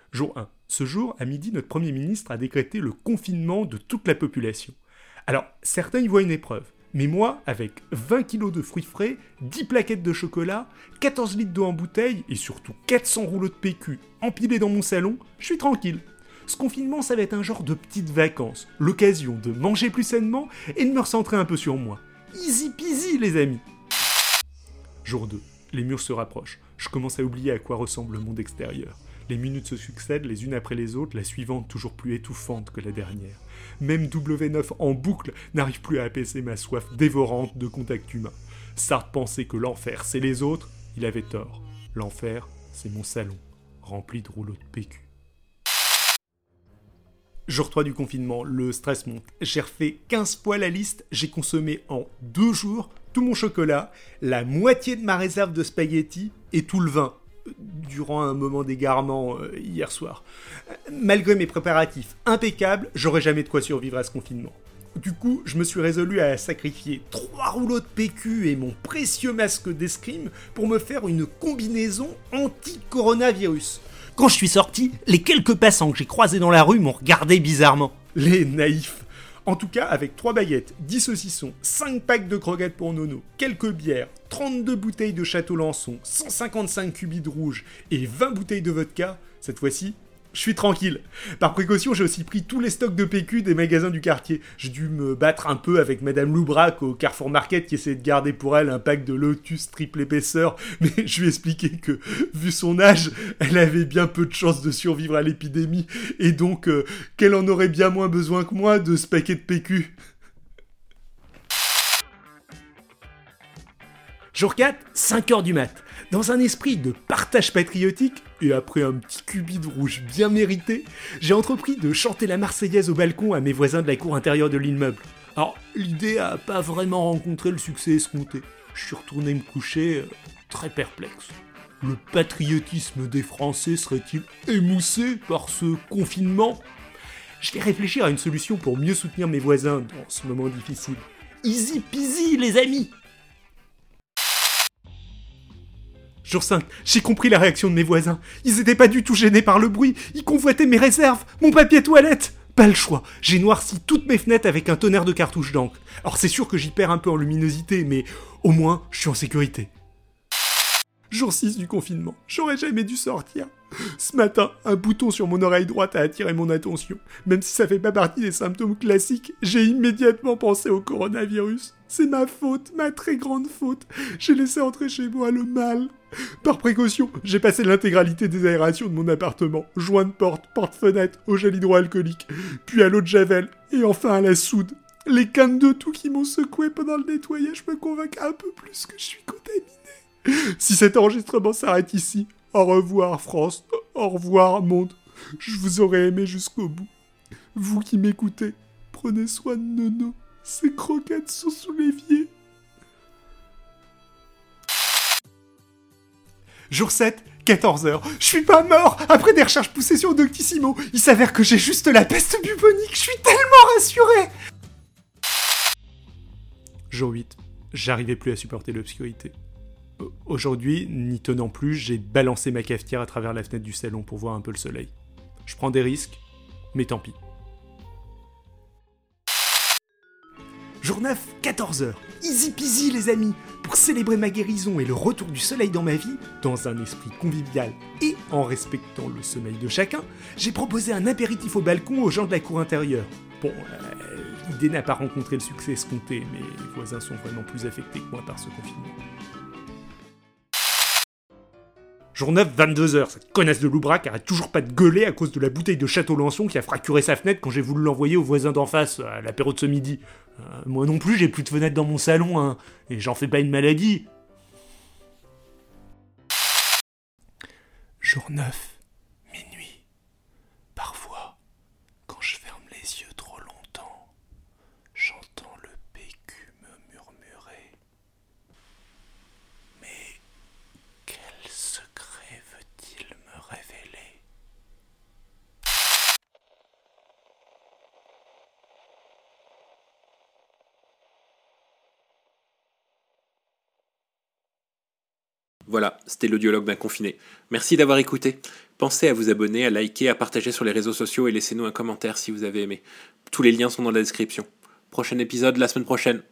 Jour 1. Ce jour, à midi, notre Premier ministre a décrété le confinement de toute la population. Alors, certains y voient une épreuve. Mais moi, avec 20 kilos de fruits frais, 10 plaquettes de chocolat, 14 litres d'eau en bouteille et surtout 400 rouleaux de PQ empilés dans mon salon, je suis tranquille. Ce confinement, ça va être un genre de petites vacances, l'occasion de manger plus sainement et de me recentrer un peu sur moi. Easy peasy, les amis. Jour 2. Les murs se rapprochent. Je commence à oublier à quoi ressemble le monde extérieur. Les minutes se succèdent les unes après les autres, la suivante toujours plus étouffante que la dernière. Même W9 en boucle n'arrive plus à apaiser ma soif dévorante de contact humain. Sartre pensait que l'enfer c'est les autres, il avait tort. L'enfer, c'est mon salon, rempli de rouleaux de PQ. Jour 3 du confinement, le stress monte. J'ai refait 15 fois la liste, j'ai consommé en 2 jours tout mon chocolat, la moitié de ma réserve de spaghettis et tout le vin, durant un moment d'égarement hier soir. Malgré mes préparatifs impeccables, j'aurais jamais de quoi survivre à ce confinement. Du coup, je me suis résolu à sacrifier 3 rouleaux de PQ et mon précieux masque d'escrime pour me faire une combinaison anti-coronavirus. Quand je suis sorti, les quelques passants que j'ai croisés dans la rue m'ont regardé bizarrement. Les naïfs. En tout cas, avec 3 baguettes, 10 saucissons, 5 packs de croquettes pour Nono, quelques bières, 32 bouteilles de Château Lançon, 155 cubis de rouge et 20 bouteilles de vodka, cette fois-ci, je suis tranquille. Par précaution, j'ai aussi pris tous les stocks de PQ des magasins du quartier. J'ai dû me battre un peu avec Madame Loubrac au Carrefour Market qui essayait de garder pour elle un pack de Lotus triple épaisseur, mais je lui ai expliqué que, vu son âge, elle avait bien peu de chances de survivre à l'épidémie, et donc qu'elle en aurait bien moins besoin que moi de ce paquet de PQ. Jour 4, 5h du mat. Dans un esprit de partage patriotique, et après un petit cubi de rouge bien mérité, j'ai entrepris de chanter la Marseillaise au balcon à mes voisins de la cour intérieure de l'immeuble. Alors, l'idée a pas vraiment rencontré le succès escompté. Je suis retourné me coucher très perplexe. Le patriotisme des Français serait-il émoussé par ce confinement ? Je vais réfléchir à une solution pour mieux soutenir mes voisins dans ce moment difficile. Easy peasy, les amis! Jour 5, j'ai compris la réaction de mes voisins. Ils étaient pas du tout gênés par le bruit, ils convoitaient mes réserves, mon papier toilette. Pas le choix, j'ai noirci toutes mes fenêtres avec un tonnerre de cartouches d'encre. Alors c'est sûr que j'y perds un peu en luminosité, mais au moins, je suis en sécurité. Jour 6 du confinement, j'aurais jamais dû sortir. Ce matin, un bouton sur mon oreille droite a attiré mon attention. Même si ça fait pas partie des symptômes classiques, j'ai immédiatement pensé au coronavirus. C'est ma faute, ma très grande faute. J'ai laissé entrer chez moi le mal. Par précaution, j'ai passé l'intégralité des aérations de mon appartement. Joint de porte, porte-fenêtre, au gel hydroalcoolique, puis à l'eau de javel, et enfin à la soude. Les cannes de tout qui m'ont secoué pendant le nettoyage me convainquent un peu plus que je suis contaminé. Si cet enregistrement s'arrête ici, au revoir France, au revoir monde. Je vous aurais aimé jusqu'au bout. Vous qui m'écoutez, prenez soin de Nono. Ces croquettes sont sous l'évier. Jour 7, 14h. Je suis pas mort. Après des recherches poussées sur Doctissimo, il s'avère que j'ai juste la peste bubonique. Je suis tellement rassuré. Jour 8. J'arrivais plus à supporter l'obscurité. Aujourd'hui, n'y tenant plus, j'ai balancé ma cafetière à travers la fenêtre du salon pour voir un peu le soleil. Je prends des risques, mais tant pis. Jour 9, 14h. Easy peasy les amis. Pour célébrer ma guérison et le retour du soleil dans ma vie, dans un esprit convivial et en respectant le sommeil de chacun, j'ai proposé un apéritif au balcon aux gens de la cour intérieure. Bon, l'idée n'a pas rencontré le succès escompté, mais les voisins sont vraiment plus affectés que moi par ce confinement. Jour 9, 22h, cette connasse de Loubrac arrête toujours pas de gueuler à cause de la bouteille de Château Lançon qui a fracturé sa fenêtre quand j'ai voulu l'envoyer aux voisins d'en face à l'apéro de ce midi. Moi non plus, j'ai plus de fenêtre dans mon salon, hein, et j'en fais pas une maladie. Jour 9, minuit. Parfois, quand je ferme les yeux trop longtemps, j'entends le PQ me murmurer. Mais quel secret veut-il me révéler ? Voilà, c'était l'audiologue d'un confiné. Merci d'avoir écouté. Pensez à vous abonner, à liker, à partager sur les réseaux sociaux et laissez-nous un commentaire si vous avez aimé. Tous les liens sont dans la description. Prochain épisode la semaine prochaine.